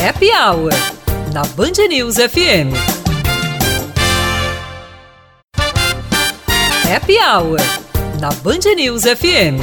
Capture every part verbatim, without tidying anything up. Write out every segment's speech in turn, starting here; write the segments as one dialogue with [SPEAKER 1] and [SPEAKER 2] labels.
[SPEAKER 1] Happy Hour, na Band News F M. Happy Hour, na Band News F M.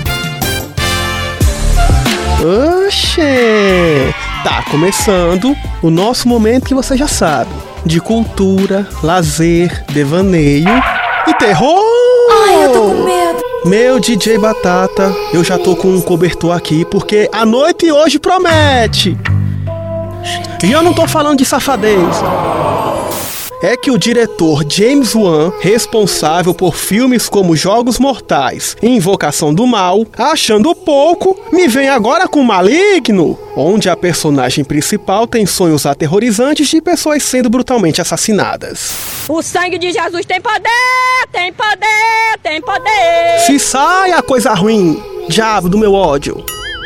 [SPEAKER 2] Oxê! Tá começando o nosso momento que você já sabe, de cultura, lazer, devaneio e terror!
[SPEAKER 3] Ai, eu tô com medo!
[SPEAKER 2] Meu D J Batata, eu já tô com um cobertor aqui porque a noite hoje promete! E eu não tô falando de safadez. É que o diretor James Wan, responsável por filmes como Jogos Mortais e Invocação do Mal, achando pouco, me vem agora com Maligno, onde a personagem principal tem sonhos aterrorizantes de pessoas sendo brutalmente assassinadas.
[SPEAKER 4] O sangue de Jesus tem poder, tem poder, tem poder.
[SPEAKER 2] Se sai a coisa ruim, diabo do meu ódio.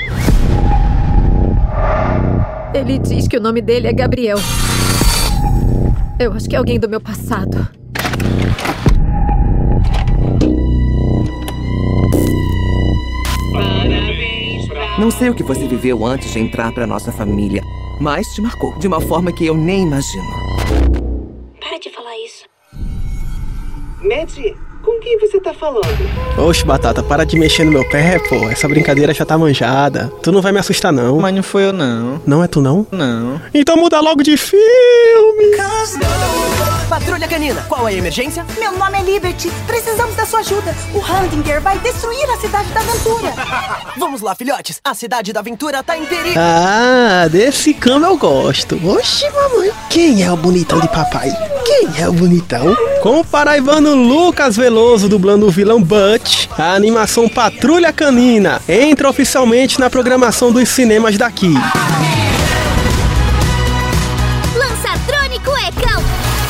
[SPEAKER 3] Ele diz que o nome dele é Gabriel. Eu acho que é alguém do meu passado.
[SPEAKER 5] Não sei o que você viveu antes de entrar pra nossa família, mas te marcou de uma forma que eu nem imagino.
[SPEAKER 4] Para de falar isso.
[SPEAKER 5] Matt, com quem você tá falando?
[SPEAKER 2] Oxe, Batata, para de mexer no meu pé, pô. Essa brincadeira já tá manjada. Tu não vai me assustar, não.
[SPEAKER 6] Mas não foi eu, não.
[SPEAKER 2] Não é tu, não?
[SPEAKER 6] Não.
[SPEAKER 2] Então muda logo de filme.
[SPEAKER 5] Patrulha Canina, qual é a emergência?
[SPEAKER 7] Meu nome é Liberty. Precisamos da sua ajuda. O Handinger vai destruir a Cidade da Aventura.
[SPEAKER 5] Vamos lá, filhotes. A Cidade da Aventura tá em perigo.
[SPEAKER 2] Ah, desse cama eu gosto. Oxi, mamãe. Quem é o bonitão de papai? Quem é o bonitão? Com o paraibano Lucas Veloso dublando o vilão Butch, a animação Patrulha Canina entra oficialmente na programação dos cinemas daqui.
[SPEAKER 8] Lançatrônico é cão.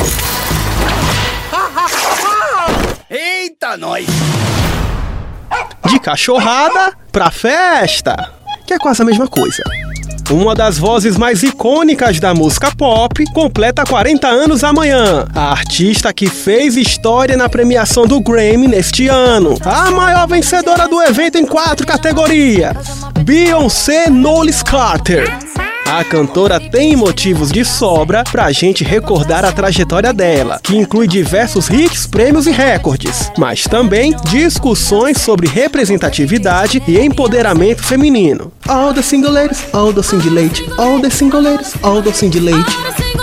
[SPEAKER 9] Eita, nós!
[SPEAKER 2] De cachorrada pra festa, que é quase a mesma coisa. Uma das vozes mais icônicas da música pop completa quarenta anos amanhã. A artista que fez história na premiação do Grammy neste ano. A maior vencedora do evento em quatro categorias. Beyoncé Knowles Carter. A cantora tem motivos de sobra pra gente recordar a trajetória dela, que inclui diversos hits, prêmios e recordes, mas também discussões sobre representatividade e empoderamento feminino. All the single ladies, all the single ladies, all the single ladies, all the single ladies.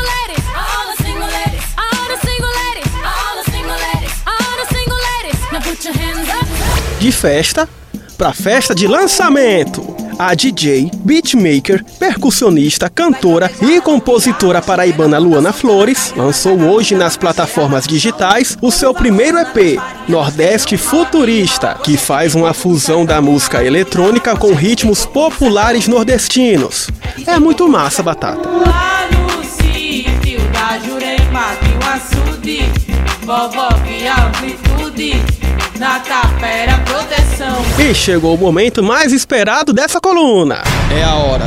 [SPEAKER 2] De festa pra festa de lançamento. A D J, beatmaker, percussionista, cantora e compositora paraibana Luana Flores lançou hoje nas plataformas digitais o seu primeiro E P, Nordeste Futurista, que faz uma fusão da música eletrônica com ritmos populares nordestinos. É muito massa, Batata.
[SPEAKER 10] Lá no sítio da Jurema tem um açude, vovó que amplitude. Na tapera proteção.
[SPEAKER 2] E chegou o momento mais esperado dessa coluna. É a hora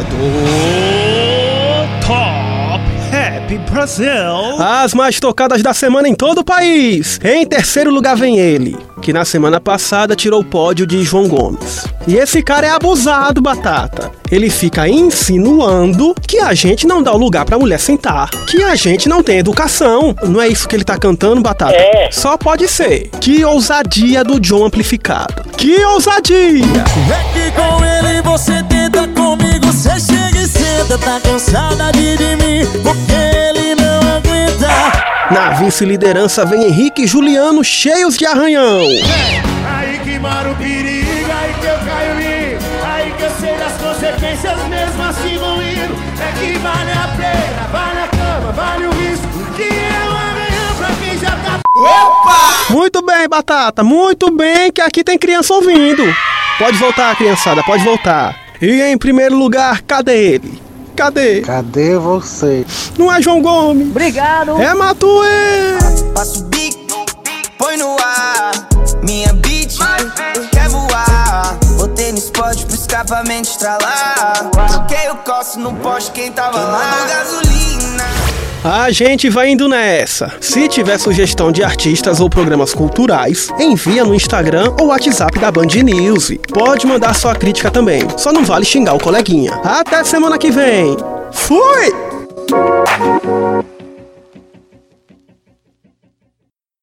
[SPEAKER 2] do Top Happy Brasil. As mais tocadas da semana em todo o país. Em terceiro lugar vem ele, que na semana passada tirou o pódio de João Gomes. E esse cara é abusado, Batata. Ele fica insinuando que a gente não dá o lugar pra mulher sentar, que a gente não tem educação. Não é isso que ele tá cantando, Batata?
[SPEAKER 11] É.
[SPEAKER 2] Só pode ser. Que ousadia do John amplificado. Que ousadia!
[SPEAKER 12] É que com ele você tenta, comigo você chega e senta. Tá cansada de, de mim, porque ele não aguenta.
[SPEAKER 2] Na vice-liderança vem Henrique e Juliano cheios de arranhão.
[SPEAKER 13] Aí que mora o perigo, aí que eu caio em, aí que eu sei das consequências, mesmo assim vão indo. É que vale a pena, vale a cama, vale o risco, que é um arranhão pra quem já tá...
[SPEAKER 2] Opa! Muito bem, Batata, muito bem, que aqui tem criança ouvindo. Pode voltar, criançada, pode voltar. E em primeiro lugar, cadê ele? Cadê?
[SPEAKER 14] Cadê você?
[SPEAKER 2] Não é João Gomes.
[SPEAKER 7] Obrigado.
[SPEAKER 2] É Matuê.
[SPEAKER 15] Passo o bico, põe no ar. Minha beat quer voar. Botei no spot pro escapamento estralar. Troquei o coço no poste, quem tava lá? Gasolina.
[SPEAKER 2] A gente vai indo nessa. Se tiver sugestão de artistas ou programas culturais, envia no Instagram ou WhatsApp da Band News. Pode mandar sua crítica também, só não vale xingar o coleguinha. Até semana que vem. Fui. Fui!